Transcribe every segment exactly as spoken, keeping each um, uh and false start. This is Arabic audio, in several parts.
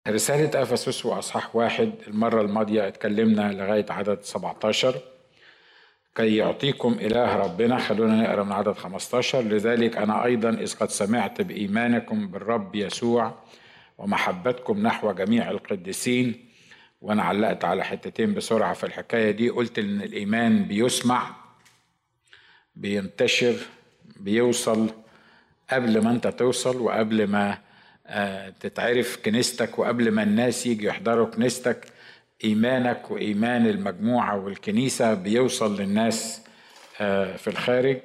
رسالة أفسس وأصحاح واحد. المرة الماضية اتكلمنا لغاية عدد سبعتاشر. كي يعطيكم إله ربنا، خلونا نقرأ من عدد خمستاشر. لذلك أنا أيضا إذ قد سمعت بإيمانكم بالرب يسوع ومحبتكم نحو جميع القديسين. وأنا علقت على حتتين بسرعة في الحكاية دي. قلت إن الإيمان بيسمع، بينتشر، بيوصل قبل ما أنت توصل، وقبل ما تتعرف كنيستك، وقبل ما الناس يجي يحضروا كنيستك. إيمانك وإيمان المجموعة والكنيسة بيوصل للناس في الخارج.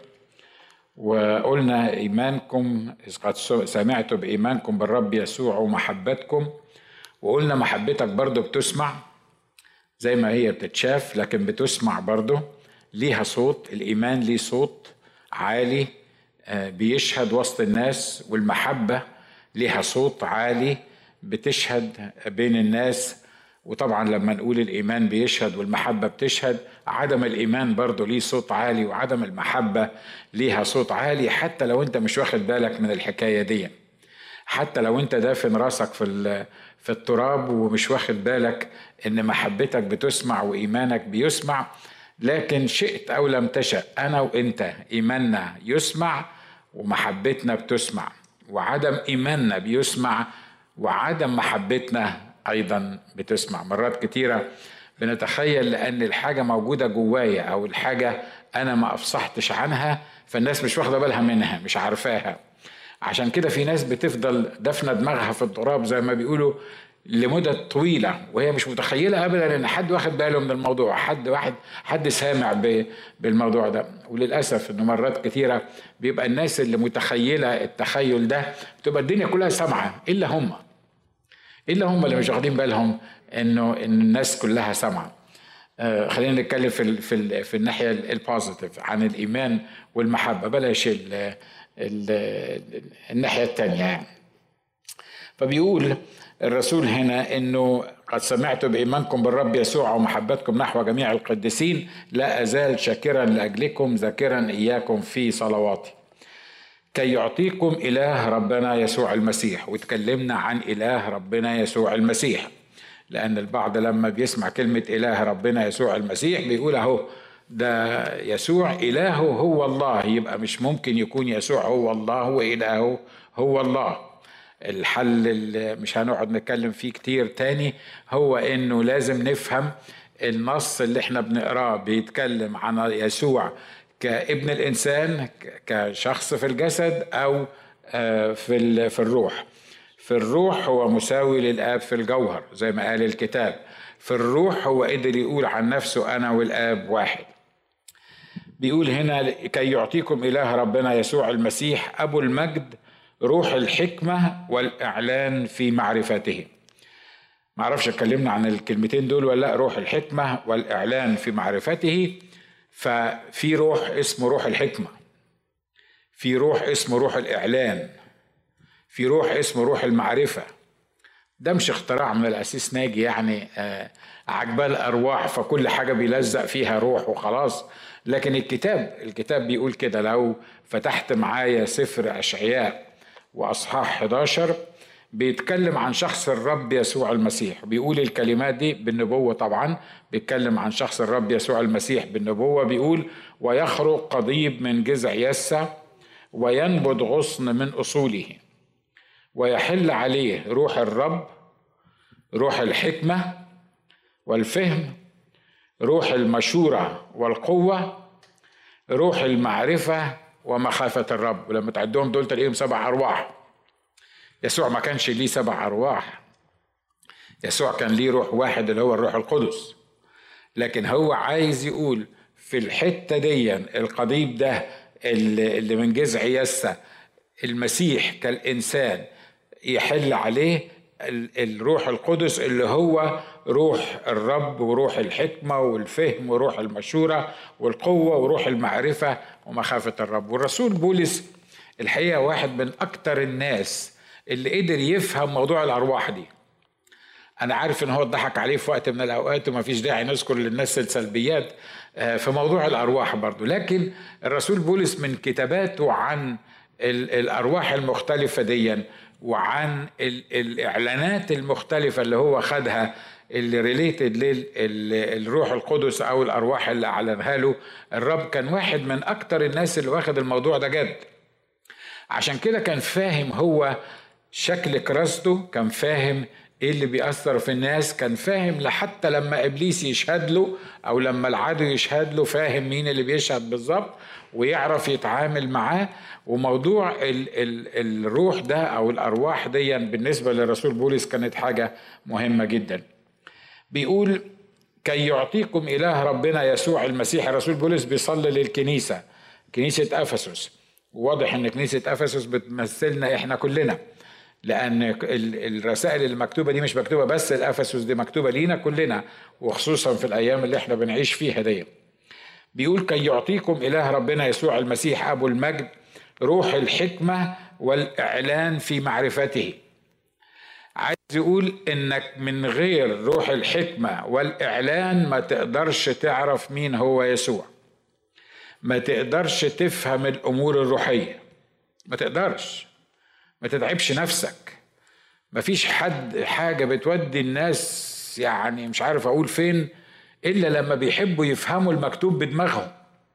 وقلنا إيمانكم إذ قد سمعتوا بإيمانكم بالرب يسوع ومحبتكم. وقلنا محبتك برضو بتسمع زي ما هي بتتشاف، لكن بتسمع برضو، ليها صوت. الإيمان ليه صوت عالي بيشهد وسط الناس، والمحبة ليها صوت عالي بتشهد بين الناس. وطبعا لما نقول الإيمان بيشهد والمحبة بتشهد، عدم الإيمان برضو ليه صوت عالي، وعدم المحبة ليها صوت عالي. حتى لو انت مش واخد بالك من الحكاية دي، حتى لو انت دافن راسك في في التراب ومش واخد بالك ان محبتك بتسمع وإيمانك بيسمع، لكن شئت أو لم تشأ أنا وإنت إيماننا يسمع ومحبتنا بتسمع، وعدم إيماننا بيسمع وعدم محبتنا أيضا بتسمع. مرات كتيرة بنتخيل لأن الحاجة موجودة جوايا، أو الحاجة أنا ما أفصحتش عنها، فالناس مش واخدة بالها منها، مش عارفاها. عشان كده في ناس بتفضل دفنة دماغها في التراب زي ما بيقولوا لمدة طويلة، وهي مش متخيلة أبدا أن حد واخد باله من الموضوع، حد واحد حد سامع بالموضوع ده. وللأسف أنه مرات كثيرة بيبقى الناس اللي متخيلة التخيل ده بتبقى الدنيا كلها سامعة، إلا هم إلا هم اللي مش واخدين بالهم أنه إن الناس كلها سامعة. آه خلينا نتكلم في ال في ال في الناحية البوزيتيف عن الإيمان والمحبة، بلاش ال ال الناحية التانية يعني. فبيقول الرسول هنا انه قد سمعت بإيمانكم بالرب يسوع ومحبتكم نحو جميع القديسين، لا أزال شاكرا لأجلكم ذاكرا إياكم في صلواتي، كي يعطيكم إله ربنا يسوع المسيح. وتكلمنا عن إله ربنا يسوع المسيح، لأن البعض لما بيسمع كلمة إله ربنا يسوع المسيح بيقول اهو ده يسوع إلهه هو الله، يبقى مش ممكن يكون يسوع هو الله وإلهه هو الله. الحل اللي مش هنقعد نتكلم فيه كتير تاني هو انه لازم نفهم النص اللي احنا بنقراه بيتكلم عن يسوع كابن الانسان، كشخص في الجسد، او في في الروح. في الروح هو مساوي للآب في الجوهر زي ما قال الكتاب. في الروح هو قدر يقول عن نفسه انا والآب واحد. بيقول هنا كي يعطيكم إله ربنا يسوع المسيح أبو المجد روح الحكمة والإعلان في معرفته. معرفش اتكلمنا عن الكلمتين دول ولا لا. روح الحكمة والإعلان في معرفته. ففي روح اسمه روح الحكمة، في روح اسمه روح الإعلان، في روح اسمه روح المعرفة. ده مش اختراع من الأسيس ناجي يعني آه عجبال أرواح فكل حاجة بيلزق فيها روح وخلاص. لكن الكتاب الكتاب بيقول كده. لو فتحت معايا سفر أشعياء وأصحاح حداشر بيتكلم عن شخص الرب يسوع المسيح، بيقول الكلمات دي بالنبوة. طبعا بيتكلم عن شخص الرب يسوع المسيح بالنبوة. بيقول ويخرج قضيب من جذع يسى وينبت غصن من أصوله، ويحل عليه روح الرب، روح الحكمة والفهم، روح المشورة والقوة، روح المعرفة ومخافة الرب. ولما تعدهم دول تلاقيهم سبع أرواح. يسوع ما كانش ليه سبع أرواح، يسوع كان ليه روح واحد اللي هو الروح القدس. لكن هو عايز يقول في الحتة دي القضيب ده اللي من جذع يسى المسيح كالإنسان يحل عليه الروح القدس اللي هو روح الرب وروح الحكمة والفهم وروح المشورة والقوة وروح المعرفة ومخافة الرب. والرسول بولس الحقيقة واحد من أكتر الناس اللي قدر يفهم موضوع الأرواح دي. أنا عارف إن هو اتضحك عليه في وقت من الأوقات وما فيش داعي نذكر للناس السلبيات في موضوع الأرواح برضو، لكن الرسول بولس من كتاباته عن الأرواح المختلفة دي وعن الإعلانات المختلفة اللي هو خدها اللي ريليتد للروح القدس أو الأرواح اللي أعلنها له الرب. كان واحد من أكتر الناس اللي واخد الموضوع ده جد، عشان كده كان فاهم هو شكل كراسته، كان فاهم ايه اللي بيأثر في الناس، كان فاهم لحتى لما ابليس يشهد له او لما العدو يشهد له فاهم مين اللي بيشهد بالظبط ويعرف يتعامل معاه. وموضوع ال ال الروح ده او الارواح دي بالنسبة للرسول بولس كانت حاجة مهمة جدا. بيقول كي يعطيكم اله ربنا يسوع المسيح. الرسول بولس بيصلي للكنيسة، كنيسة افسس. واضح ان كنيسة افسس بتمثلنا احنا كلنا، لأن الرسائل المكتوبة دي مش مكتوبة بس لأفسس، دي مكتوبة لينا كلنا، وخصوصا في الأيام اللي احنا بنعيش فيها دي. بيقول كي يعطيكم إله ربنا يسوع المسيح أبو المجد روح الحكمة والإعلان في معرفته. عايز يقول إنك من غير روح الحكمة والإعلان ما تقدرش تعرف مين هو يسوع، ما تقدرش تفهم الأمور الروحية، ما تقدرش، ما تتعبش نفسك. ما فيش حد حاجة بتودي الناس يعني مش عارف أقول فين إلا لما بيحبوا يفهموا المكتوب بدماغهم،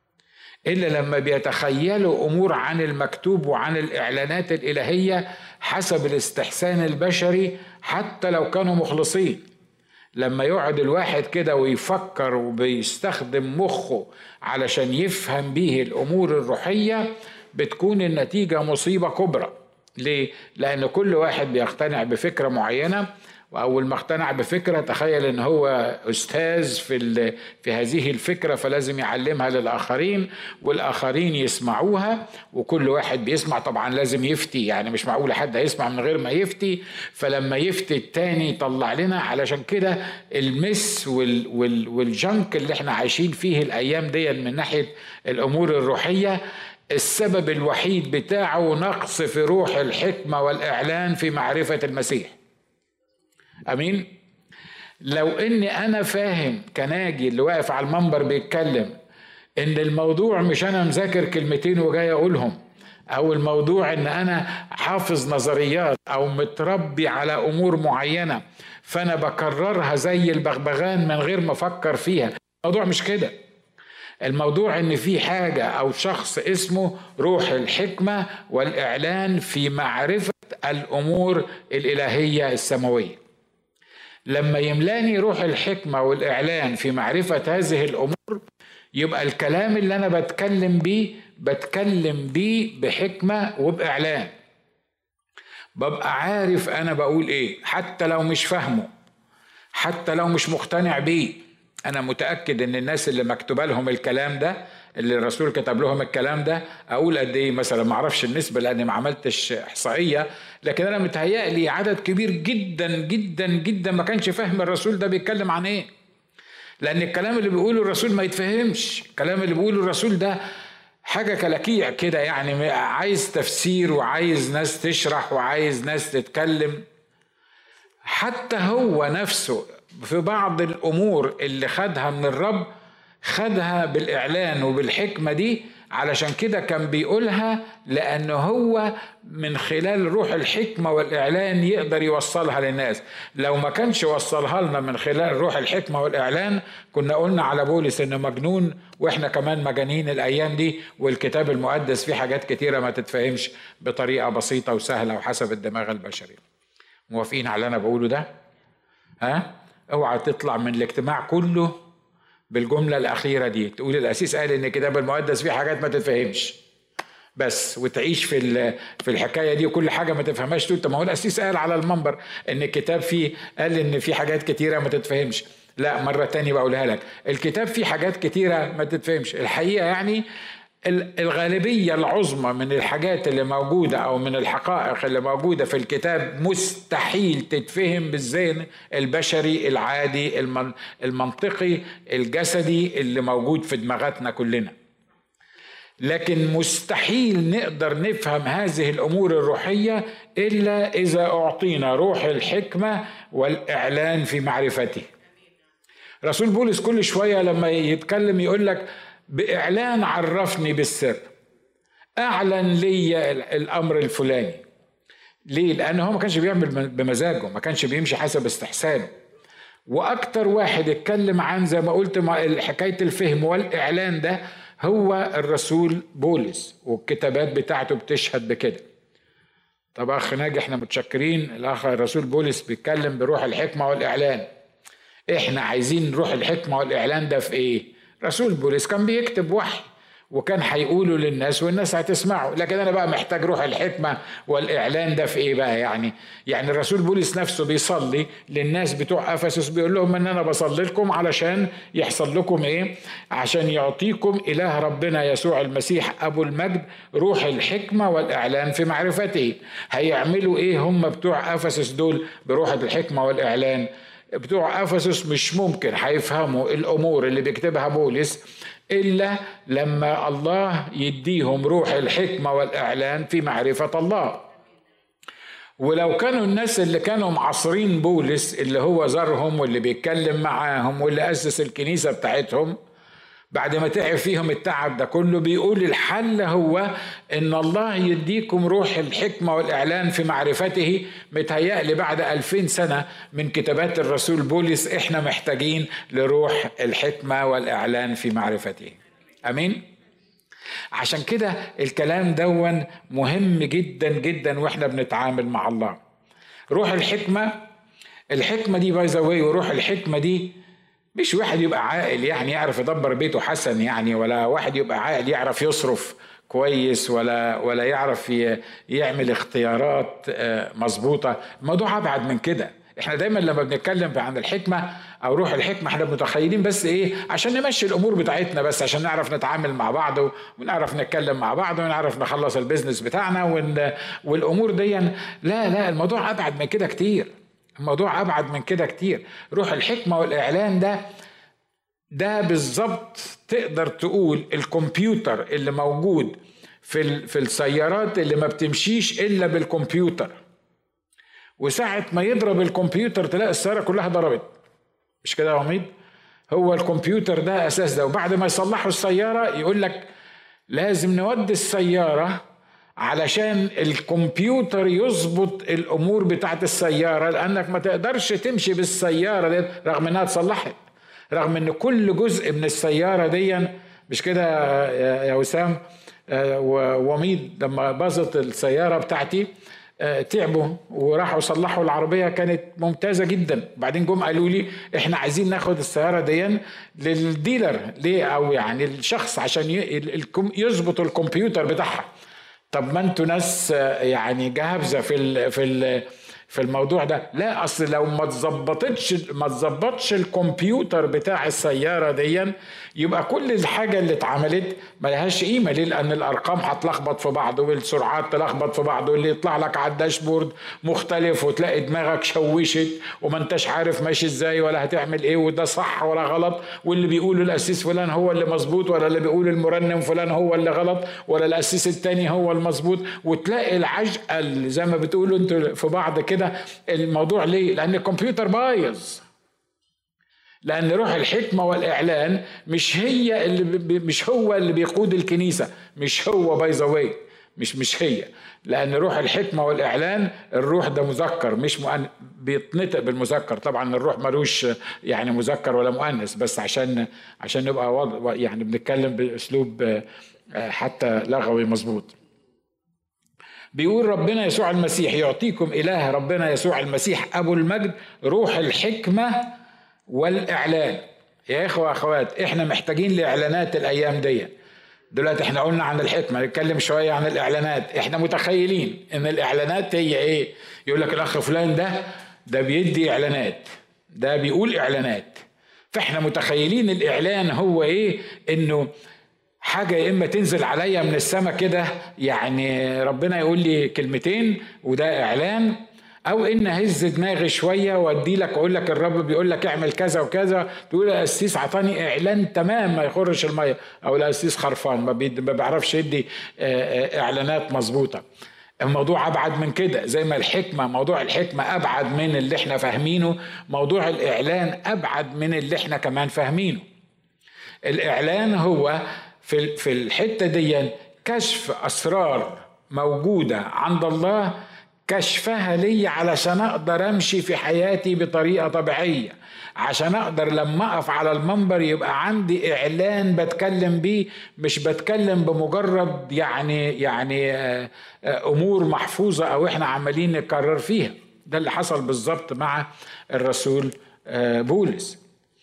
إلا لما بيتخيلوا أمور عن المكتوب وعن الإعلانات الإلهية حسب الاستحسان البشري حتى لو كانوا مخلصين. لما يقعد الواحد كده ويفكر وبيستخدم مخه علشان يفهم به الأمور الروحية بتكون النتيجة مصيبة كبرى. ليه؟ لأن كل واحد بيقتنع بفكرة معينة، وأول ما اقتنع بفكرة تخيل إن هو أستاذ في في هذه الفكرة، فلازم يعلمها للآخرين والآخرين يسمعوها، وكل واحد بيسمع طبعا لازم يفتي، يعني مش معقول حد هيسمع من غير ما يفتي، فلما يفتي التاني يطلع لنا. علشان كده المس وال وال والجنك اللي احنا عايشين فيه الأيام دي من ناحية الأمور الروحية السبب الوحيد بتاعه نقص في روح الحكمة والإعلان في معرفة المسيح. أمين؟ لو إني أنا فاهم كناجي اللي واقف على المنبر بيتكلم إن الموضوع مش أنا مذاكر كلمتين وجاي أقولهم، أو الموضوع إن أنا حافظ نظريات أو متربي على أمور معينة فأنا بكررها زي البغبغان من غير ما أفكر فيها، الموضوع مش كده. الموضوع ان في حاجة او شخص اسمه روح الحكمة والاعلان في معرفة الامور الالهية السماوية. لما يملاني روح الحكمة والاعلان في معرفة هذه الامور يبقى الكلام اللي انا بتكلم بيه بتكلم بيه بحكمة وباعلان، ببقى عارف انا بقول ايه حتى لو مش فاهمه، حتى لو مش مقتنع بيه. أنا متأكد إن الناس اللي مكتوبة لهم الكلام ده، اللي الرسول كتب لهم الكلام ده، أقول قد إيه مثلا، ما أعرفش النسبة لأني ما عملتش إحصائية، لكن أنا متهيألي عدد كبير جدا جدا جدا ما كانش فاهم الرسول ده بيتكلم عن إيه، لأن الكلام اللي بيقوله الرسول ما يتفهمش. الكلام اللي بيقوله الرسول ده حاجة كلاكيع كده، يعني عايز تفسير وعايز ناس تشرح وعايز ناس تتكلم. حتى هو نفسه في بعض الأمور اللي خدها من الرب خدها بالإعلان وبالحكمة دي، علشان كده كان بيقولها لأنه هو من خلال روح الحكمة والإعلان يقدر يوصلها للناس. لو ما كانش وصلها لنا من خلال روح الحكمة والإعلان كنا قلنا على بولس إنه مجنون، وإحنا كمان مجانين الأيام دي، والكتاب المقدس فيه حاجات كتيرة ما تتفهمش بطريقة بسيطة وسهلة وحسب الدماغ البشري. موافقين على أنا بقوله ده؟ ها؟ اوعى تطلع من الاجتماع كله بالجملة الأخيرة دي، تقول الأسيس قال إن الكتاب المقدس فيه حاجات ما تتفهمش بس، وتعيش في في الحكاية دي وكل حاجة ما تفهمهاش تقول طب ما هو الأسيس قال على المنبر إن الكتاب فيه قال إن فيه حاجات كتيرة ما تتفهمش. لا، مرة تانية بقولها لك، الكتاب فيه حاجات كتيرة ما تتفهمش الحقيقة، يعني الغالبية العظمى من الحاجات اللي موجودة أو من الحقائق اللي موجودة في الكتاب مستحيل تتفهم بالذهن البشري العادي المنطقي الجسدي اللي موجود في دماغاتنا كلنا، لكن مستحيل نقدر نفهم هذه الأمور الروحية إلا إذا أعطينا روح الحكمة والإعلان في معرفته. رسول بولس كل شوية لما يتكلم يقول لك بإعلان عرفني بالسر، أعلن لي الأمر الفلاني. ليه؟ لأن هو ما كانش بيعمل بمزاجه، ما كانش بيمشي حسب استحسانه. وأكتر واحد اتكلم عن زي ما قلت حكاية الفهم والإعلان ده هو الرسول بولس، والكتابات بتاعته بتشهد بكده. طب أخ ناجي احنا متشكرين، الأخ الرسول بولس بيتكلم بروح الحكمة والإعلان. احنا عايزين روح الحكمة والإعلان ده في ايه؟ رسول بولس كان بيكتب وحي وكان هيقوله للناس والناس هتسمعه، لكن انا بقى محتاج روح الحكمة والاعلان ده في ايه بقى؟ يعني يعني الرسول بولس نفسه بيصلي للناس بتوع افسس، بيقول لهم ان انا بصلي لكم علشان يحصل لكم ايه؟ عشان يعطيكم اله ربنا يسوع المسيح ابو المجد روح الحكمة والاعلان في معرفته. هيعملوا ايه هم بتوع افسس دول بروح الحكمة والاعلان؟ بتوع افسس مش ممكن هيفهموا الامور اللي بيكتبها بولس إلا لما الله يديهم روح الحكمة والإعلان في معرفة الله. ولو كانوا الناس اللي كانوا معاصرين بولس اللي هو زارهم واللي بيتكلم معاهم واللي أسس الكنيسة بتاعتهم، بعد ما تعب فيهم التعب ده كله بيقول الحل هو إن الله يديكم روح الحكمة والإعلان في معرفته. متهيألي بعد ألفين سنة من كتابات الرسول بولس إحنا محتاجين لروح الحكمة والإعلان في معرفته. أمين؟ عشان كده الكلام دون مهم جدا جدا وإحنا بنتعامل مع الله. روح الحكمة، الحكمة دي باي ذا واي، وروح الحكمة دي مش واحد يبقى عاقل يعني يعرف يدبر بيته حسن يعني، ولا واحد يبقى عاقل يعرف يصرف كويس، ولا ولا يعرف يعمل اختيارات مظبوطة. الموضوع أبعد من كده. احنا دايما لما بنتكلم عن الحكمة او روح الحكمة احنا متخيلين بس ايه؟ عشان نمشي الامور بتاعتنا، بس عشان نعرف نتعامل مع بعض ونعرف نتكلم مع بعض ونعرف نخلص البيزنس بتاعنا والامور دي. لا لا، الموضوع ابعد من كده كتير. الموضوع أبعد من كده كتير. روح الحكمة والإعلان ده ده بالظبط تقدر تقول الكمبيوتر اللي موجود في في السيارات اللي ما بتمشيش إلا بالكمبيوتر، وساعة ما يضرب الكمبيوتر تلاقي السيارة كلها ضربت. مش كده يا عميد؟ هو الكمبيوتر ده أساس ده. وبعد ما يصلحوا السيارة يقول لك لازم نودي السيارة علشان الكمبيوتر يظبط الامور بتاعت السياره، لانك ما تقدرش تمشي بالسياره دي رغم انها اتصلحت، رغم ان كل جزء من السياره دي. مش كده يا وسام وميد؟ لما باظت السياره بتاعتي تعبوا وراحوا صلحوا العربيه، كانت ممتازه جدا. بعدين جم قالوا لي احنا عايزين ناخد السياره دي للديلر ليه، او يعني الشخص عشان يظبط الكمبيوتر بتاعها. طب ما انتوا ناس يعني جاهزه في ال في ال في الموضوع ده. لا، اصل لو ما تظبطتش ما تظبطش الكمبيوتر بتاع السياره دي يبقى كل الحاجه اللي اتعملت ما لهاش قيمه. ليه؟ لان الارقام هتلخبط في بعض والسرعات تلخبط في بعض، واللي يطلع لك على الداشبورد مختلف، وتلاقي دماغك شوشت وما انتش عارف ماشي ازاي ولا هتعمل ايه وده صح ولا غلط، واللي بيقوله الاسيس فلان هو اللي مظبوط، ولا اللي بيقول المرنم فلان هو اللي غلط، ولا الاسيس التاني هو المظبوط. وتلاقي العجقه اللي زي ما بتقولوا انتوا في بعض كده. الموضوع ليه؟ لأن الكمبيوتر بايظ. لأن روح الحكمة والإعلان مش هي اللي مش هو اللي بيقود الكنيسة، مش هو باي ذا واي، مش مش هي. لأن روح الحكمة والإعلان الروح ده مذكر مش مؤنث، بيتنطق بالمذكر. طبعا الروح ملوش يعني مذكر ولا مؤنث، بس عشان عشان نبقى يعني بنتكلم بأسلوب حتى لغوي مظبوط. بيقول ربنا يسوع المسيح يعطيكم إله ربنا يسوع المسيح أبو المجد روح الحكمة والإعلان. يا إخوة أخوات، إحنا محتاجين لإعلانات الأيام دي. دلوقتي إحنا قلنا عن الحكمة، نتكلم شوية عن الإعلانات. إحنا متخيلين إن الإعلانات هي إيه؟ يقول لك الأخ فلان ده ده بيدي إعلانات، ده بيقول إعلانات. فإحنا متخيلين الإعلان هو إيه؟ إنه حاجة يا إما تنزل عليا من السماء كده، يعني ربنا يقول لي كلمتين وده إعلان، أو إن هز دماغي شوية وأدي لك أقول لك الرب بيقول لك اعمل كذا وكذا، تقول القسيس عطاني إعلان تمام ما يخرش المية، أو القسيس خرفان ما بيعرفش يدي إعلانات مظبوطة. الموضوع أبعد من كده. زي ما الحكمة، موضوع الحكمة أبعد من اللي احنا فاهمينه، موضوع الإعلان أبعد من اللي احنا كمان فاهمينه. الإعلان هو في في الحتة دي كشف أسرار موجودة عند الله كشفها لي علشان اقدر امشي في حياتي بطريقة طبيعية، عشان اقدر لما اقف على المنبر يبقى عندي اعلان بتكلم بيه، مش بتكلم بمجرد يعني يعني امور محفوظة او احنا عمالين نكرر فيها. ده اللي حصل بالظبط مع الرسول بولس.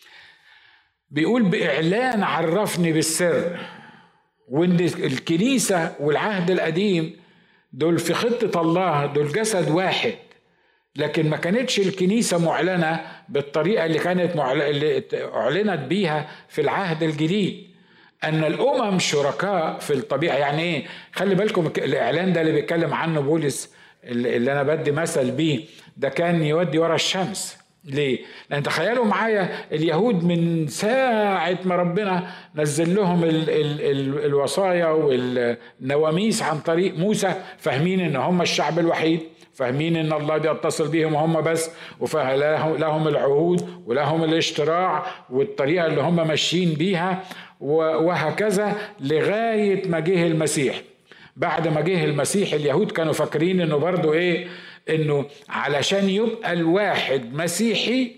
بيقول باعلان عرفني بالسر، وان الكنيسة والعهد القديم دول في خطة الله، دول جسد واحد، لكن ما كانتش الكنيسة معلنة بالطريقة اللي كانت معل... اللي أعلنت بيها في العهد الجديد، أن الأمم شركاء في الطبيعة. يعني إيه؟ خلي بالكم الإعلان ده اللي بيتكلم عنه بولس اللي أنا بدي مثل بيه، ده كان يودي ورا الشمس. ليه؟ لأن تخيلوا معايا اليهود من ساعة ما ربنا نزل لهم ال ال ال الوصايا والنواميس عن طريق موسى، فاهمين إن هم الشعب الوحيد، فاهمين ان الله بيتصل بيهم هم بس، ولهم العهود ولهم الاشتراع والطريقة اللي هم ماشيين بيها، وهكذا لغاية ما جه المسيح. بعد ما جه المسيح اليهود كانوا فاكرين انه برضو ايه، انه علشان يبقى الواحد مسيحي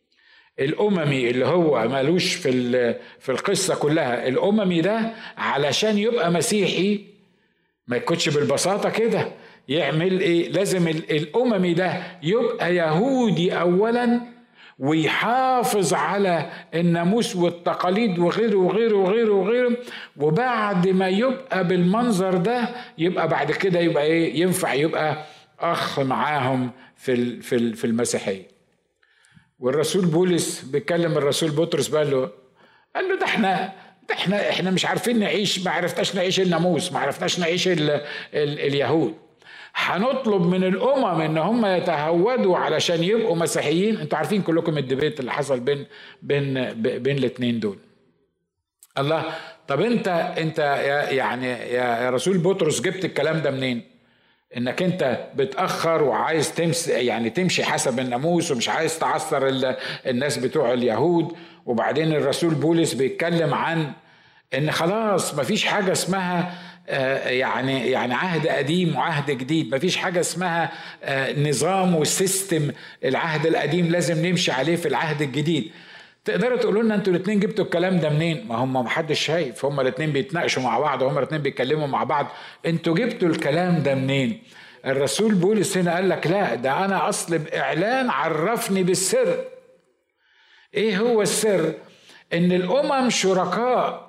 الاممي اللي هو مالوش في في القصة كلها، الاممي ده علشان يبقى مسيحي ما يكونش بالبساطة كده، يعمل ايه؟ لازم الاممي ده يبقى يهودي اولا، ويحافظ على الناموس والتقاليد وغيره وغيره وغيره وغيره، وبعد ما يبقى بالمنظر ده يبقى بعد كده يبقى ايه؟ ينفع يبقى اخ معاهم في في في المسيحيه. والرسول بولس بيتكلم، الرسول بطرس بقى له قال له ده احنا ده احنا احنا مش عارفين نعيش، ما عرفناش نعيش الناموس، ما عرفناش نعيش ال ال اليهود، هنطلب من الامم ان هم يتهودوا علشان يبقوا مسيحيين. انتوا عارفين كلكم الديبيت اللي حصل بين بين بين الاثنين دول. الله، طب انت انت يعني يا رسول بطرس جبت الكلام ده منين؟ انك انت بتأخر وعايز تمشي يعني تمشي حسب الناموس ومش عايز تعثر الناس بتوع اليهود. وبعدين الرسول بولس بيتكلم عن ان خلاص مفيش حاجة اسمها يعني يعني عهد قديم وعهد جديد، مفيش حاجة اسمها نظام وسيستم العهد القديم لازم نمشي عليه في العهد الجديد. تقدروا تقولوا لنا انتوا الاثنين جبتوا الكلام ده منين؟ ما هم محدش شايف، هم الاثنين بيتناقشوا مع بعض وهم الاثنين بيتكلموا مع بعض، انتوا جبتوا الكلام ده منين؟ الرسول بولس هنا قال لك لا، ده انا اصل باعلان عرفني بالسر. ايه هو السر؟ ان الامم شركاء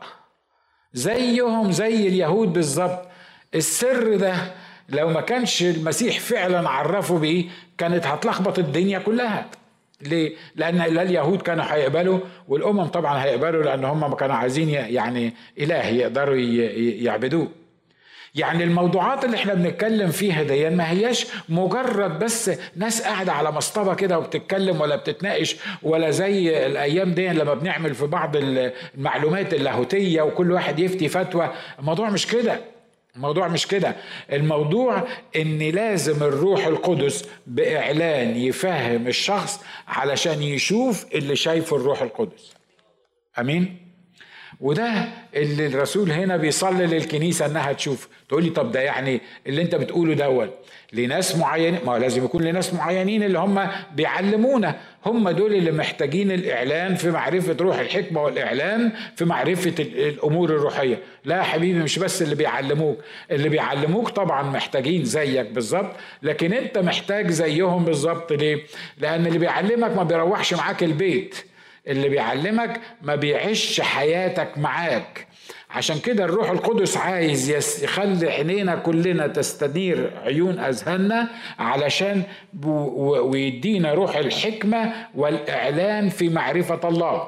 زيهم زي اليهود بالظبط. السر ده لو ما كانش المسيح فعلا عرفوا بيه كانت هتلخبط الدنيا كلها. ليه؟ لأن لا اليهود كانوا هيقبلوا والأمم طبعا هيقبلوا، لأن هم ما كانوا عايزين يعني إله يقدروا يعبدوه. يعني الموضوعات اللي احنا بنتكلم فيها دي ما هياش مجرد بس ناس قاعدة على مصطبة كده وبتتكلم ولا بتتناقش، ولا زي الأيام دي لما بنعمل في بعض المعلومات اللاهوتية وكل واحد يفتي فتوى. الموضوع مش كده، الموضوع مش كده. الموضوع ان لازم الروح القدس باعلان يفهم الشخص علشان يشوف اللي شايفه الروح القدس. امين. وده اللي الرسول هنا بيصلي للكنيسة انها تشوف. تقولي طب ده يعني اللي انت بتقوله دول لناس معينين؟ ما لازم يكون لناس معينين اللي هم بيعلمونا، هم دول اللي محتاجين الإعلان في معرفة روح الحكمة والإعلان في معرفة الأمور الروحية. لا يا حبيبي، مش بس اللي بيعلموك، اللي بيعلموك طبعا محتاجين زيك بالظبط، لكن انت محتاج زيهم بالظبط. ليه؟ لأن اللي بيعلمك ما بيروحش معاك البيت، اللي بيعلمك ما بيعيش حياتك معاك. عشان كده الروح القدس عايز يخلي عينينا كلنا تستنير عيون أذهاننا علشان ويدينا روح الحكمة والإعلان في معرفة الله.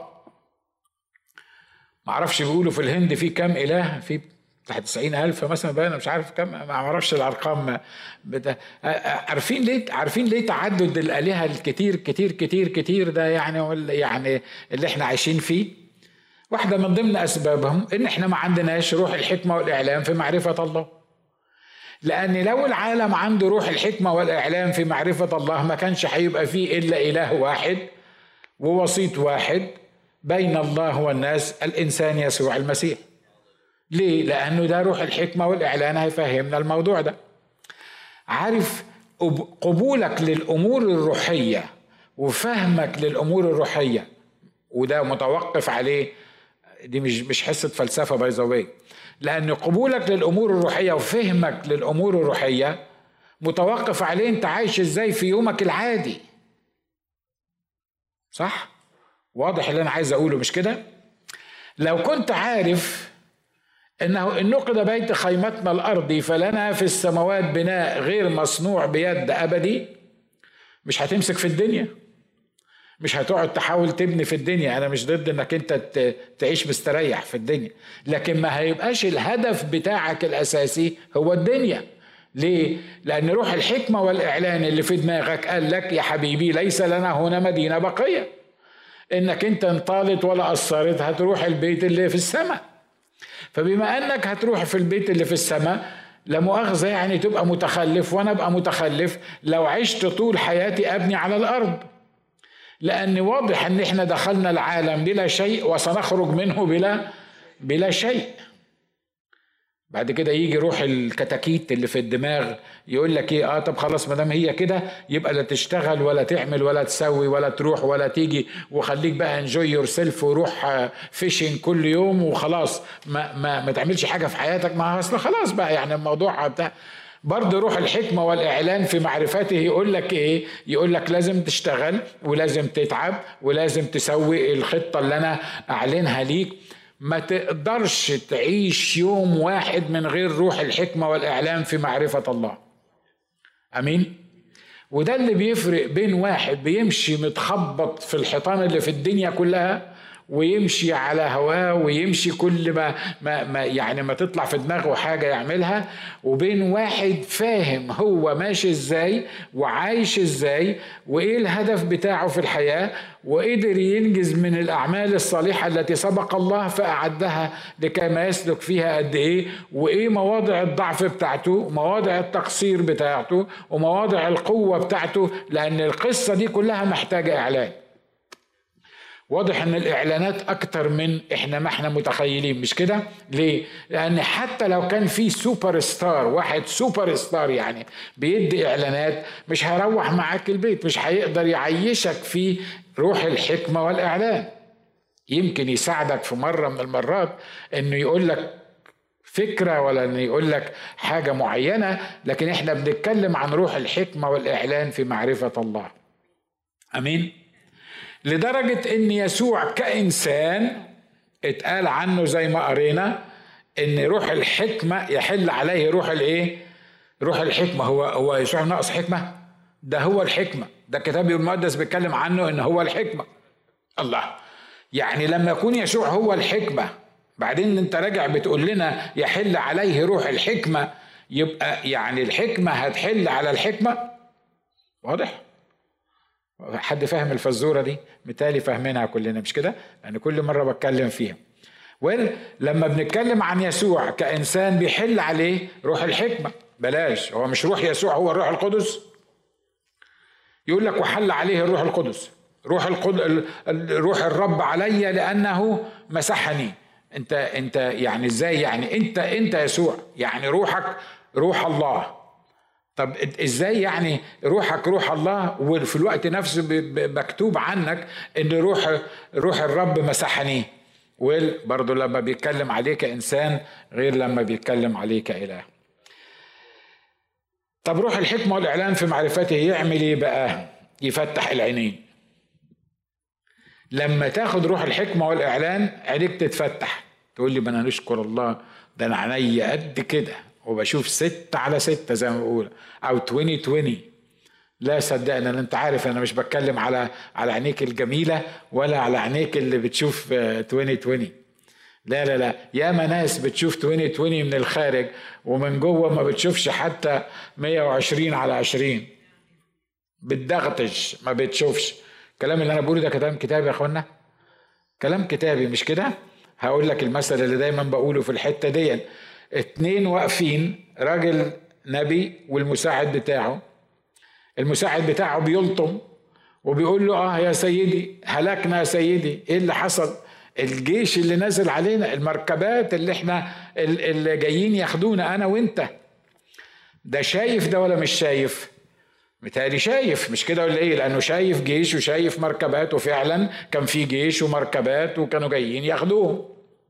معرفش بيقولوا في الهند في كم إله؟ في تحت تسعين ألف مثلا، بقى مش عارف كم، ما معرفش الأرقام بتا... عارفين ليه عارفين ليه تعدد الآلهة الكتير كتير كتير كتير ده يعني يعني اللي احنا عايشين فيه؟ واحدة من ضمن أسبابهم إن إحنا ما عندناش روح الحكمة والإعلام في معرفة الله. لأن لو العالم عنده روح الحكمة والإعلام في معرفة الله ما كانش هيبقى فيه إلا إله واحد ووسيط واحد بين الله والناس، الإنسان يسوع المسيح. ليه؟ لأنه ده روح الحكمة والإعلان هيفهمنا الموضوع ده. عارف قبولك للأمور الروحية وفهمك للأمور الروحية، وده متوقف عليه، دي مش مش حصة فلسفة باي ذا واي، لأن قبولك للأمور الروحية وفهمك للأمور الروحية متوقف عليه أنت عايش إزاي في يومك العادي. صح؟ واضح اللي أنا عايز أقوله مش كده؟ لو كنت عارف إنه إن نقد بيت خيمتنا الأرضي فلنا في السماوات بناء غير مصنوع بيد أبدي، مش هتمسك في الدنيا، مش هتقعد تحاول تبني في الدنيا. أنا مش ضد إنك أنت تعيش مستريح في الدنيا، لكن ما هيبقاش الهدف بتاعك الأساسي هو الدنيا. ليه؟ لأن روح الحكمة والإعلان اللي في دماغك قال لك يا حبيبي ليس لنا هنا مدينة بقية، إنك أنت انطالت ولا قصرت هتروح البيت اللي في السماء. فبما أنك هتروح في البيت اللي في السماء، لا مؤاخذة يعني تبقى متخلف وأنا أبقى متخلف لو عشت طول حياتي أبني على الأرض، لأن واضح أن إحنا دخلنا العالم بلا شيء وسنخرج منه بلا بلا شيء. بعد كده يجي روح الكتاكيت اللي في الدماغ يقول لك ايه، اه طب خلاص ما دام هي كده يبقى لا تشتغل ولا تعمل ولا تسوي ولا تروح ولا تيجي، وخليك بقى انجوي يور سيلف وروح فيشنج كل يوم وخلاص، ما ما ما تعملش حاجه في حياتك. ما اصل خلاص بقى يعني الموضوع بتاع. برضه روح الحكمه والاعلان في معرفته يقول لك ايه؟ يقول لك لازم تشتغل ولازم تتعب ولازم تسوي الخطه اللي انا اعلنها ليك. ما تقدرش تعيش يوم واحد من غير روح الحكمة والإعلام في معرفة الله. أمين؟ وده اللي بيفرق بين واحد بيمشي متخبط في الحيطان اللي في الدنيا كلها ويمشي على هواه ويمشي كل ما, ما, ما يعني ما تطلع في دماغه حاجة يعملها، وبين واحد فاهم هو ماشي ازاي وعايش ازاي وايه الهدف بتاعه في الحياة، وقدر ينجز من الأعمال الصالحة التي سبق الله فأعدها لكي ما يسلك فيها قد ايه، وايه مواضع الضعف بتاعته، مواضع التقصير بتاعته، ومواضع القوة بتاعته، لأن القصة دي كلها محتاجة إعلان. واضح ان الاعلانات اكتر من احنا ما احنا متخيلين، مش كده؟ ليه؟ لان حتى لو كان في سوبر ستار، واحد سوبر ستار يعني بيدي اعلانات، مش هيروح معاك البيت، مش هيقدر يعيشك في روح الحكمة والاعلان. يمكن يساعدك في مرة من المرات انه يقول لك فكرة ولا انه يقول لك حاجة معينة، لكن احنا بنتكلم عن روح الحكمة والاعلان في معرفة الله. امين؟ لدرجة ان يسوع كإنسان اتقال عنه زي ما قرينا ان روح الحكمة يحل عليه روح الايه؟ روح الحكمة. هو هو يسوع ناقص حكمة؟ ده هو الحكمة، ده الكتاب المقدس بيتكلم عنه ان هو الحكمة. الله، يعني لما يكون يسوع هو الحكمة بعدين انت راجع بتقول لنا يحل عليه روح الحكمة، يبقى يعني الحكمة هتحل على الحكمة. واضح؟ حد فاهم الفزورة دي؟ متالي فاهمينها كلنا مش كده؟ لأن كل مرة بتكلم فيها. ولما بنتكلم عن يسوع كإنسان بيحل عليه روح الحكمة، بلاش هو مش روح يسوع هو الروح القدس. يقول لك وحل عليه الروح القدس، روح القدس روح الرب علي لأنه مسحني. انت انت يعني ازاي يعني انت انت يسوع يعني روحك روح الله. طب ازاي يعني روحك روح الله وفي الوقت نفسه مكتوب عنك ان روح روح الرب مسحني؟ وبرضه لما بيتكلم عليه كإنسان غير لما بيتكلم عليه كإله. طب روح الحكمة والإعلان في معرفته يعمل ايه بقى؟ يفتح العينين. لما تاخد روح الحكمة والإعلان عينيك تتفتح، تقول لي انا نشكر الله ده انا عينيا قد كده وبشوف ستة على ستة زي ما بقول، او عشرين عشرين. لا صدقني، انا انت عارف انا مش بتكلم على على عينيك الجميلة ولا على عينيك اللي بتشوف عشرين عشرين. لا لا لا، ياما ناس بتشوف عشرين عشرين من الخارج ومن جوه ما بتشوفش حتى مية وعشرين على عشرين، بتدغتش ما بتشوفش. الكلام اللي انا بقوله ده كلام كتابي يا اخوانا، كلام كتابي مش كده؟ هقول لك المثل اللي دايما بقوله في الحتة دي. اتنين واقفين، راجل نبي والمساعد بتاعه، المساعد بتاعه بيلطم وبيقول له اه يا سيدي هلكنا يا سيدي. ايه اللي حصل؟ الجيش اللي نازل علينا، المركبات اللي احنا اللي جايين ياخدونا انا وانت. ده شايف ده ولا مش شايف؟ متهيألي شايف، مش كده ولا ايه؟ لانه شايف جيش وشايف مركبات، وفعلا كان في جيش ومركبات وكانوا جايين ياخدوهم.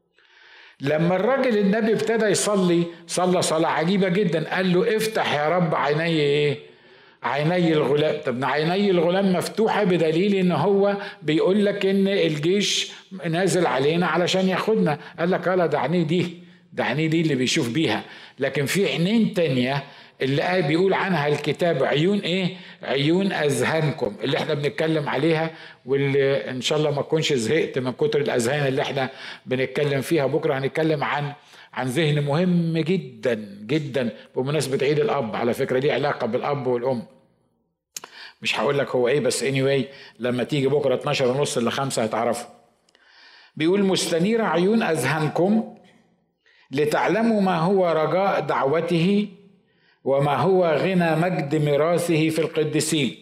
لما الراجل النبي ابتدى يصلي صلى صلاة عجيبة جدا، قال له افتح يا رب عيني ايه؟ عيني الغلام. طب عيني الغلام مفتوحة بدليل ان هو بيقول لك ان الجيش نازل علينا علشان ياخدنا. قال لك لا، ده عينيه دي، ده عينيه دي اللي بيشوف بيها. لكن في عينين تانية اللي بيقول عنها الكتاب عيون ايه؟ عيون اذهانكم، اللي احنا بنتكلم عليها، واللي ان شاء الله ما تكونش زهقت من كتر الاذهان اللي احنا بنتكلم فيها. بكره هنتكلم عن عن ذهن مهم جدا جدا بمناسبة عيد الاب، على فكرة دي علاقة بالاب والام. مش هقول لك هو ايه، بس anyway لما تيجي بكره اتناشر ونص ل خمسة هتعرفوا. بيقول مستنيرة عيون اذهانكم لتعلموا ما هو رجاء دعوته وما هو غنى مجد ميراثه في القديسين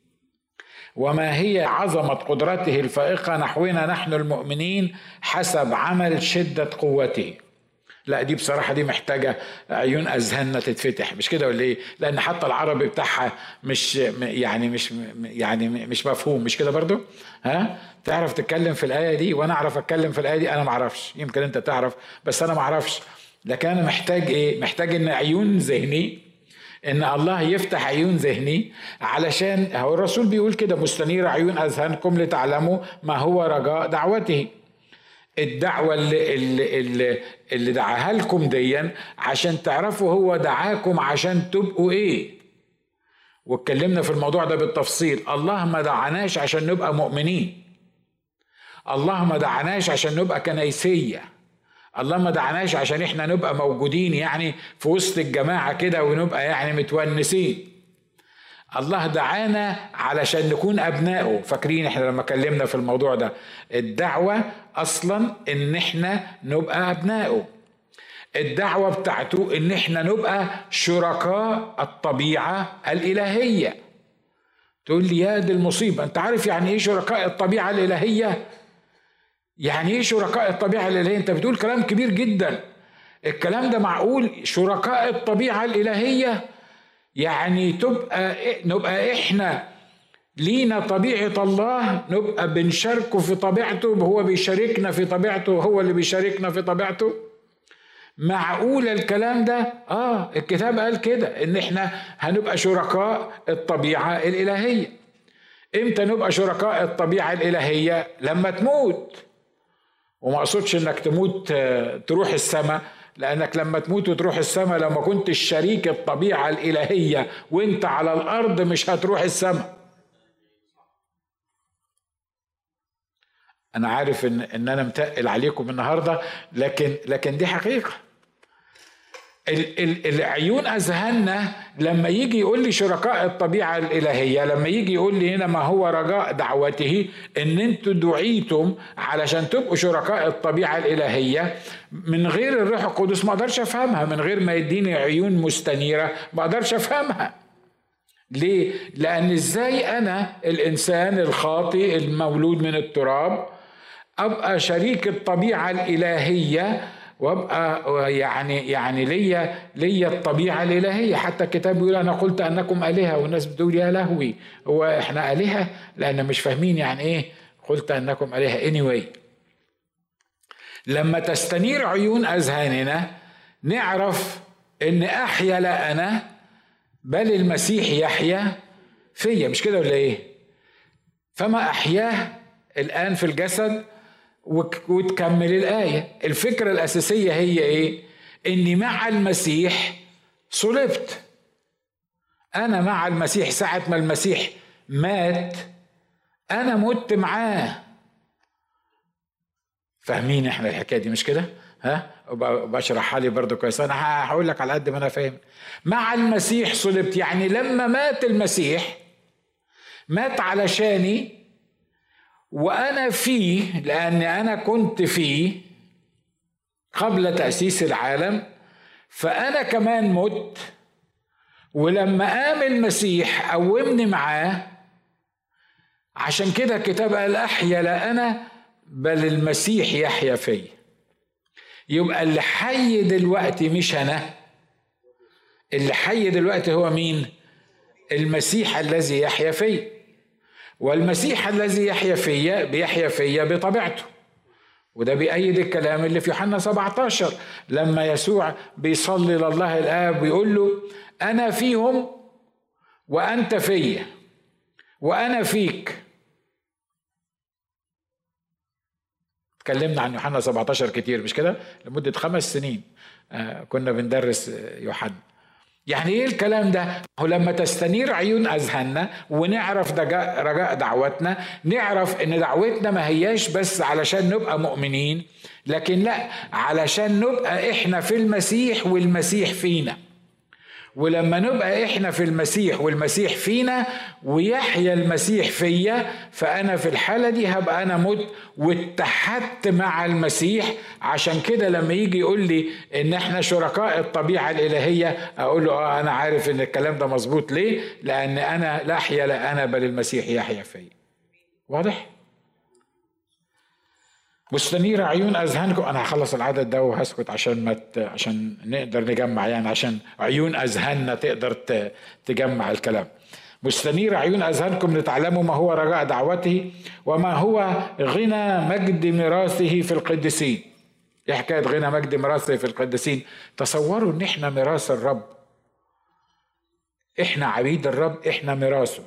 وما هي عظمة قدرته الفائقة نحونا نحن المؤمنين حسب عمل شدة قوته. لا دي بصراحة دي محتاجة عيون أذهاننا تتفتح، مش كده ولا ايه؟ لأن حتى العربي بتاعها مش يعني مش يعني مش مفهوم، مش كده برضو؟ ها؟ تعرف تتكلم في الآية دي وأنا أعرف أتكلم في الآية دي؟ أنا معرفش، يمكن أنت تعرف بس أنا معرفش. لكن أنا محتاج إيه؟ محتاج إن عيون ذهني، إن الله يفتح عيون ذهني، علشان هو الرسول بيقول كده مستنير عيون أذهانكم لتعلموا ما هو رجاء دعوته. الدعوة اللي, اللي, اللي, اللي دعاها لكم ديا عشان تعرفوا هو دعاكم عشان تبقوا ايه. واتكلمنا في الموضوع ده بالتفصيل. الله ما دعاناش عشان نبقى مؤمنين، الله ما دعاناش عشان نبقى كنيسية، الله ما دعاناش عشان احنا نبقى موجودين يعني في وسط الجماعة كده ونبقى يعني متونسين. الله دعانا علشان نكون أبنائه. فاكرين احنا لما كلمنا في الموضوع ده الدعوة أصلا إن احنا نبقى أبنائه. الدعوة بتاعته إن احنا نبقى شركاء الطبيعة الإلهية. تقول لي يا دي المصيبة، أنت عارف يعني إيه شركاء الطبيعة الإلهية؟ يعني إيه شركاء الطبيعة الإلهية؟ أنت بتقول كلام كبير جدا. الكلام ده معقول؟ شركاء الطبيعة الإلهية يعني تبقى نبقى احنا لينا طبيعة الله، نبقى بنشاركه في طبيعته، هو بيشاركنا في طبيعته، هو اللي بيشاركنا في طبيعته. معقول الكلام ده؟ اه الكتاب قال كده ان احنا هنبقى شركاء الطبيعة الإلهية. امتى نبقى شركاء الطبيعة الإلهية؟ لما تموت. وما اقصدش انك تموت تروح السماء، لأنك لما تموت وتروح السماء لما كنت الشريك الطبيعة الإلهية وانت على الأرض مش هتروح السماء. أنا عارف إن, إن أنا متقل عليكم النهاردة، لكن لكن دي حقيقة. ال ال العيون أذهاننا لما يجي يقول لي شركاء الطبيعة الإلهية، لما يجي يقول لي هنا ما هو رجاء دعوته، إن أنتوا دعيتم علشان تبقوا شركاء الطبيعة الإلهية، من غير الروح القدس ما أقدرش أفهمها، من غير ما يديني عيون مستنيرة ما أقدرش أفهمها. ليه؟ لأن إزاي أنا الإنسان الخاطئ المولود من التراب أبقى شريك الطبيعة الإلهية وابقى يعني يعني ليا ليا الطبيعه الالهيه؟ حتى الكتاب بيقول انا قلت انكم الهه، والناس بتقول يا لهوي هو احنا الهه؟ لان مش فاهمين يعني ايه قلت انكم الهه. anyway لما تستنير عيون اذهاننا نعرف ان احيا لا انا بل المسيح يحيا فيا، مش كده ولا ايه؟ فما احياه الان في الجسد. وتكمل الآية. الفكرة الأساسية هي إيه؟ إني مع المسيح صلبت. أنا مع المسيح ساعة ما المسيح مات أنا مت معاه. فاهمين إحنا الحكاية دي مش كده؟ ها؟ وبشرحها لي برضو كويس. أنا هقول لك على قد ما أنا فاهم. مع المسيح صلبت يعني لما مات المسيح مات علشاني وأنا فيه، لأن أنا كنت فيه قبل تأسيس العالم، فأنا كمان مت. ولما قام المسيح قومني معاه. عشان كده الكتاب قال أحيا لا أنا بل المسيح يحيا فيه. يبقى اللي حي دلوقتي مش أنا، اللي حي دلوقتي هو مين؟ المسيح الذي يحيا فيه، والمسيح الذي يحيا فيا بيحيا فيا بطبيعته. وده بيأيد الكلام اللي في يوحنا سبعة عشر لما يسوع بيصلي لله الآب ويقول له أنا فيهم وأنت فيا وأنا فيك. اتكلمنا عن يوحنا سبعة عشر كتير مش كده؟ لمدة خمس سنين آه كنا بندرس يوحنا. يعني ايه الكلام ده؟ هو لما تستنير عيون اذهاننا ونعرف رجاء دعوتنا، نعرف ان دعوتنا ما هياش بس علشان نبقى مؤمنين، لكن لا، علشان نبقى احنا في المسيح والمسيح فينا. ولما نبقى احنا في المسيح والمسيح فينا ويحيا المسيح فيا، فانا في الحالة دي هبقى انا مت واتحدت مع المسيح. عشان كده لما يجي يقول لي ان احنا شركاء الطبيعة الالهية، اقول له اه انا عارف ان الكلام ده مظبوط. ليه؟ لان انا لا احيا لا انا بل المسيح يحيا فيا. واضح؟ مستنير عيون اذهانكم. انا هخلص العدد ده وهسكت عشان ما ت... عشان نقدر نجمع، يعني عشان عيون اذهاننا تقدر ت... تجمع الكلام. مستنير عيون اذهانكم لتعلموا ما هو رجاء دعوته وما هو غنى مجد ميراثه في القديسين. ايه حكايه غنى مجد ميراثه في القديسين؟ تصوروا ان احنا ميراث الرب، احنا عبيد الرب، احنا ميراثه.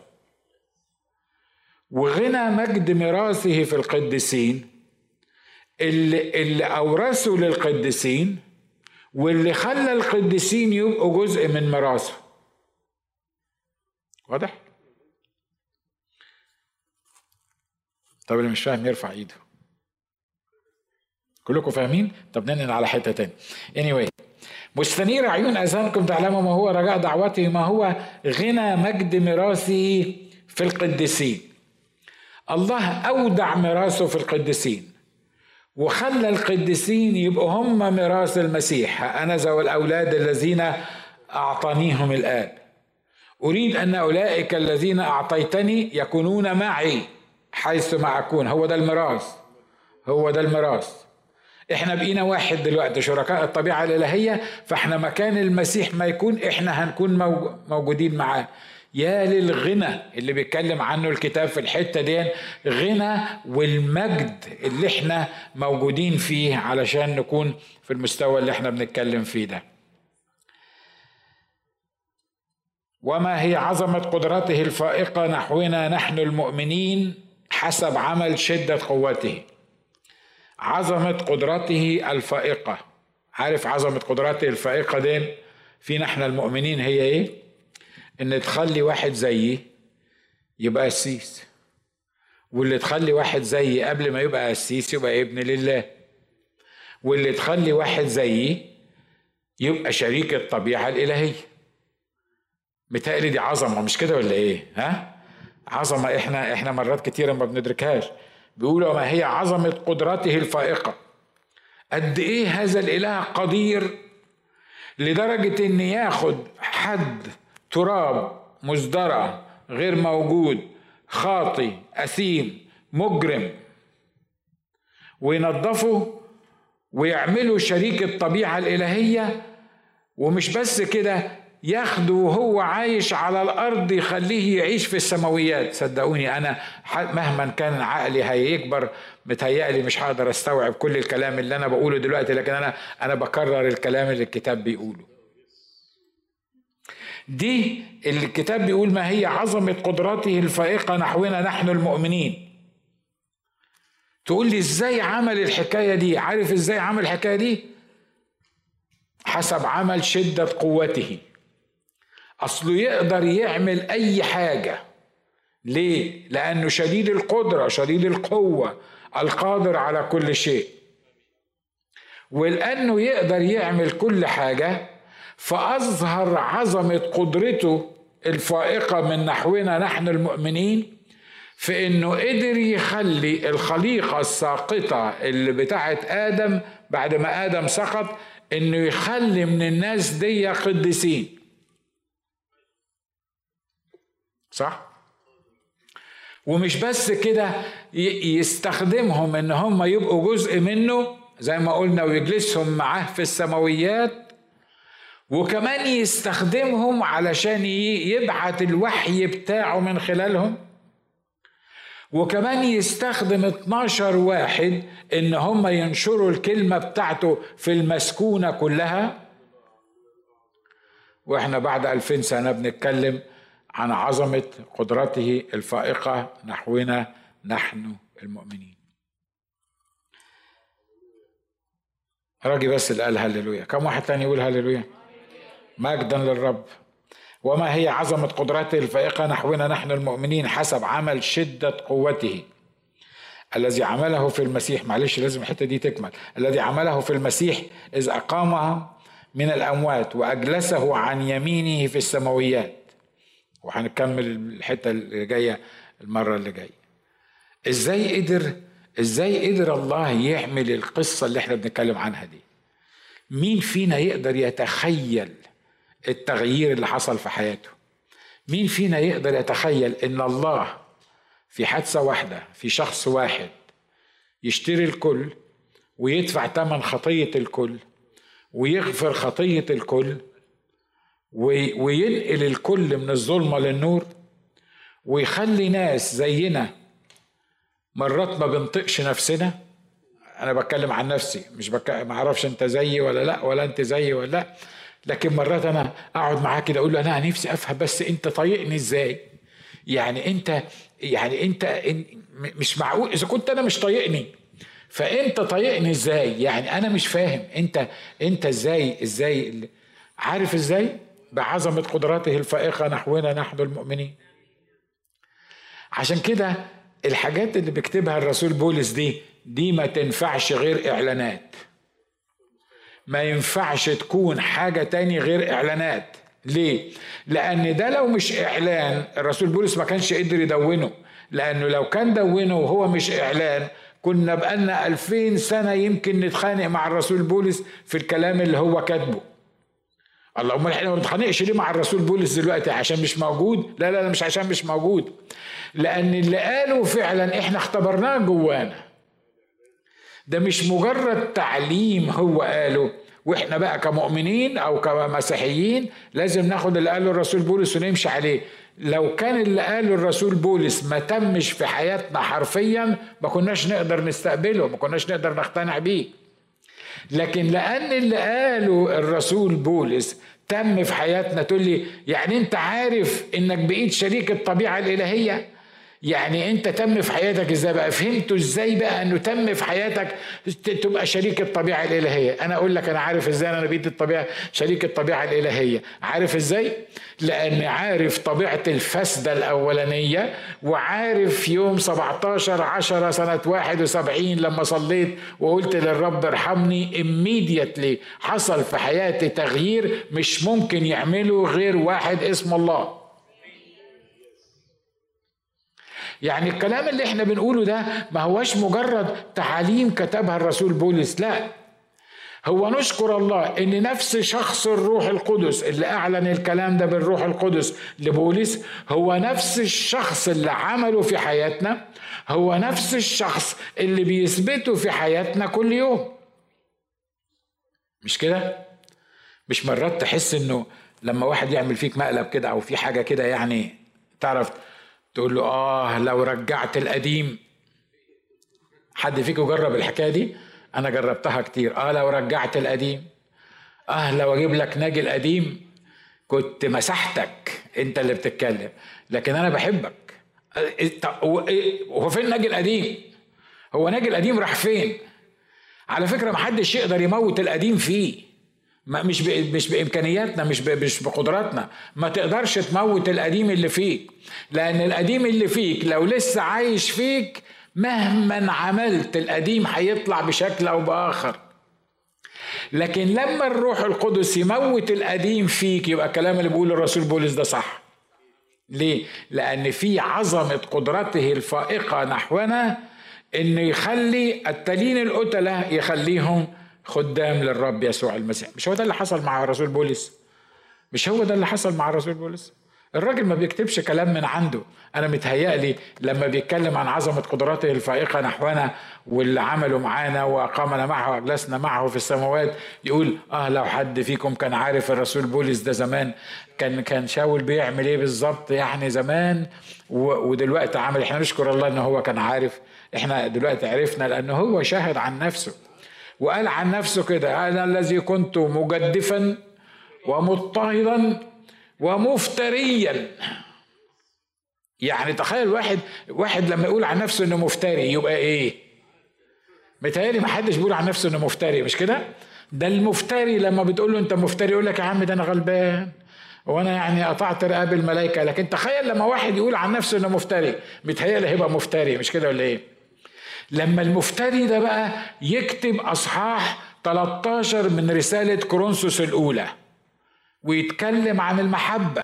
وغنى مجد ميراثه في القديسين اللي, اللي أورثوا للقديسين واللي خلى القديسين يبقوا جزء من ميراثه. واضح؟ طب اللي مش فاهم يرفع ايده. كلكم فاهمين؟ طب ننقل على حتة تاني. anyway مستنير عيون أذهانكم تعلموا ما هو رجاء دعوته ما هو غنى مجد ميراثه في القديسين. الله أودع ميراثه في القديسين وخلى القديسين يبقوا هم ميراث المسيح. أنا ذو الأولاد الذين أعطانيهم الآب، أريد أن أولئك الذين أعطيتني يكونون معي حيث ما أكون. هو ده الميراث، هو ده الميراث. إحنا بقينا واحد دلوقتي، شركاء الطبيعة الإلهية، فإحنا مكان المسيح ما يكون إحنا هنكون موجودين معاه. يا للغنى اللي بيتكلم عنه الكتاب في الحتة دي، غنى والمجد اللي احنا موجودين فيه علشان نكون في المستوى اللي احنا بنتكلم فيه ده. وما هي عظمة قدرته الفائقة نحونا نحن المؤمنين حسب عمل شدة قوته. عظمة قدرته الفائقة. عارف عظمة قدرته الفائقة دي فينا احنا المؤمنين هي ايه؟ ان تخلي واحد زيي يبقى قسيس، واللي تخلي واحد زيي قبل ما يبقى قسيس يبقى ابن لله، واللي تخلي واحد زيي يبقى شريك الطبيعة الإلهية. متهيألي دي عظمة، مش كده ولا ايه؟ ها؟ عظمة احنا احنا مرات كتيرة ما بندركهاش. بيقولوا ما هي عظمة قدرته الفائقة. قد ايه هذا الإله قدير لدرجة ان ياخد حد تراب مزدرع غير موجود خاطي أثيم مجرم وينظفه ويعمله شريك الطبيعة الإلهية. ومش بس كده، ياخده وهو عايش على الأرض يخليه يعيش في السماويات. صدقوني أنا مهما كان عقلي هيكبر متهيألي مش هقدر استوعب كل الكلام اللي أنا بقوله دلوقتي، لكن أنا أنا بكرر الكلام اللي الكتاب بيقوله. دي اللي الكتاب بيقول ما هي عظمة قدرته الفائقة نحونا نحن المؤمنين. تقول لي ازاي عمل الحكاية دي؟ عارف ازاي عمل الحكاية دي؟ حسب عمل شدة قوته. اصله يقدر يعمل اي حاجة. ليه؟ لانه شديد القدرة شديد القوة القادر على كل شيء. ولانه يقدر يعمل كل حاجة فأظهر عظمة قدرته الفائقة من نحونا نحن المؤمنين في إنه قدر يخلي الخليقة الساقطة اللي بتاعت آدم بعد ما آدم سقط، إنه يخلي من الناس دي قديسين. صح؟ ومش بس كده، يستخدمهم إن هم يبقوا جزء منه زي ما قلنا ويجلسهم معاه في السماويات، وكمان يستخدمهم علشان يبعت الوحي بتاعه من خلالهم، وكمان يستخدم اتناشر واحد ان هم ينشروا الكلمة بتاعته في المسكونة كلها. واحنا بعد ألفين سنة بنتكلم عن عظمة قدرته الفائقة نحونا نحن المؤمنين. راجي بس اللي قال هللويا. كم واحد تاني يقول هللويا؟ مجدا للرب. وما هي عظمة قدرته الفائقة نحونا نحن المؤمنين حسب عمل شدة قوته الذي عمله في المسيح. معلش لازم الحتة دي تكمل. الذي عمله في المسيح إذ أقامه من الأموات وأجلسه عن يمينه في السماويات. وهنكمل الحتة اللي جاية المرة اللي جاية. إزاي قدر إزاي قدر الله يعمل القصة اللي احنا بنتكلم عنها دي؟ مين فينا يقدر يتخيل التغيير اللي حصل في حياته؟ مين فينا يقدر يتخيل ان الله في حادثة واحدة في شخص واحد يشتري الكل ويدفع ثمن خطية الكل ويغفر خطية الكل وينقل الكل من الظلمة للنور ويخلي ناس زينا مرات ما بنطقش نفسنا؟ انا بتكلم عن نفسي، مش بك... ما اعرفش انت زيي ولا لا، ولا انت زيي ولا لا، لكن مرات انا اقعد معاه كده اقول له انا نفسي افهم بس انت طايقني ازاي؟ يعني انت يعني انت مش معقول اذا كنت انا مش طايقني فانت طايقني ازاي؟ يعني انا مش فاهم انت انت ازاي ازاي عارف ازاي؟ بعظمة قدراته الفائقة نحونا نحن المؤمنين. عشان كده الحاجات اللي بيكتبها الرسول بولس دي دي ما تنفعش غير اعلانات، ما ينفعش تكون حاجة تاني غير اعلانات. ليه؟ لان ده لو مش اعلان الرسول بولس ما كانش قدر يدونه، لانه لو كان دونه وهو مش اعلان كنا بقالنا ألفين سنة يمكن نتخانق مع الرسول بولس في الكلام اللي هو كاتبه. اللهم احنا ما بنتخانقش ليه مع الرسول بولس دلوقتي؟ عشان مش موجود؟ لا لا لا مش عشان مش موجود، لان اللي قاله فعلا احنا اختبرناه جوانا. ده مش مجرد تعليم هو قاله واحنا بقى كمؤمنين او كمسيحيين لازم ناخد اللي قاله الرسول بولس ونمشي عليه. لو كان اللي قاله الرسول بولس ما تمش في حياتنا حرفيا ما كناش نقدر نستقبله، ما كناش نقدر نقتنع بيه. لكن لأن اللي قاله الرسول بولس تم في حياتنا، تقول لي يعني انت عارف انك بقيت شريك الطبيعة الإلهية؟ يعني انت تم في حياتك ازاي بقى؟ فهمتوا ازاي بقى انه تم في حياتك تبقى شريك الطبيعة الإلهية؟ انا اقول لك انا عارف ازاي انا بقيت الطبيعة شريك الطبيعة الإلهية. عارف ازاي؟ لان عارف طبيعة الفسدة الأولانية، وعارف يوم سبعتاشر عشرة سنة واحد وسبعين لما صليت وقلت للرب ارحمني immediately حصل في حياتي تغيير مش ممكن يعمله غير واحد اسمه الله. يعني الكلام اللي احنا بنقوله ده ما هوش مجرد تعاليم كتبها الرسول بولس، لا، هو نشكر الله ان نفس شخص الروح القدس اللي اعلن الكلام ده بالروح القدس لبولس هو نفس الشخص اللي عمله في حياتنا، هو نفس الشخص اللي بيثبته في حياتنا كل يوم. مش كده؟ مش مرات تحس انه لما واحد يعمل فيك مقلب كده او في حاجة كده يعني تعرف تقول له آه لو رجعت القديم؟ حد فيكم جرب الحكاية دي؟ أنا جربتها كتير. آه لو رجعت القديم، آه لو أجيب لك ناجي القديم كنت مسحتك. أنت اللي بتتكلم، لكن أنا بحبك. هو فين ناجي القديم؟ هو ناجي القديم راح فين؟ على فكرة محدش يقدر يموت القديم فيه، مش مش بامكانياتنا، مش مش بقدراتنا. ما تقدرش تموت القديم اللي فيك، لان القديم اللي فيك لو لسه عايش فيك مهما عملت القديم هيطلع بشكل او باخر. لكن لما الروح القدس يموت القديم فيك يبقى الكلام اللي بيقوله الرسول بولس ده صح. ليه؟ لان في عظمة قدرته الفائقة نحونا انه يخلي التالين القتلة يخليهم خدام للرب يسوع المسيح. مش هو ده اللي حصل مع الرسول بولس؟ مش هو ده اللي حصل مع الرسول بولس؟ الراجل ما بيكتبش كلام من عنده. انا متهيألي لما بيتكلم عن عظمة قدراته الفائقة نحونا واللي عمله معانا واقامنا معه واجلسنا معه في السماوات، يقول اه لو حد فيكم كان عارف الرسول بولس ده زمان كان كان شاول بيعمل ايه بالظبط يعني زمان ودلوقتي عامل. احنا نشكر الله ان هو كان عارف، احنا دلوقتي عرفنا لانه هو شاهد عن نفسه وقال عن نفسه كده: انا الذي كنت مجدفا ومضطهدا ومفتريا. يعني تخيل واحد واحد لما يقول عن نفسه انه مفتري يبقى ايه؟ متهيألي ما حدش بيقول عن نفسه انه مفتري، مش كده؟ ده المفتري لما بتقول له انت مفتري يقول لك يا عم ده انا غلبان وانا يعني قطعت رقاب الملائكه. لكن تخيل لما واحد يقول عن نفسه انه مفتري، متهيألي هيبقى مفتري، مش كده ولا ايه؟ لما المفتري ده بقى يكتب اصحاح ثلاثة عشر من رساله كورنثوس الاولى ويتكلم عن المحبه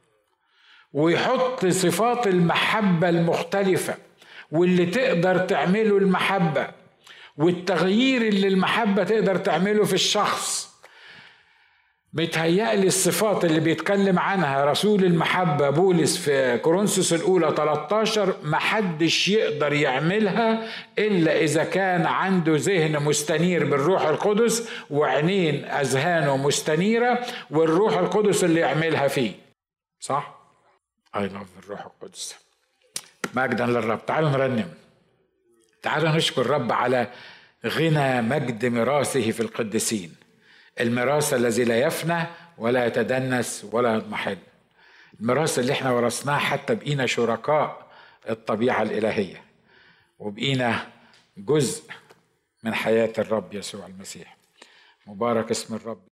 ويحط صفات المحبة المختلفة واللي تقدر تعمله المحبة والتغيير اللي المحبة تقدر تعمله في الشخص، متهيألي الصفات اللي بيتكلم عنها رسول المحبة بولس في كورنثوس الأولى ثلاثة عشر محدش يقدر يعملها إلا إذا كان عنده ذهن مستنير بالروح القدس وعينين أذهانه مستنيرة والروح القدس اللي يعملها فيه. صح؟ I love الروح القدس. مجدا للرب. تعالوا نرنم، تعالوا نشكر الرب على غنى مجد ميراثه في القديسين، الميراث الذي لا يفنى ولا يتدنس ولا يضمحل، الميراث اللي احنا ورثناه حتى بقينا شركاء الطبيعة الإلهية وبقينا جزء من حياة الرب يسوع المسيح. مبارك اسم الرب.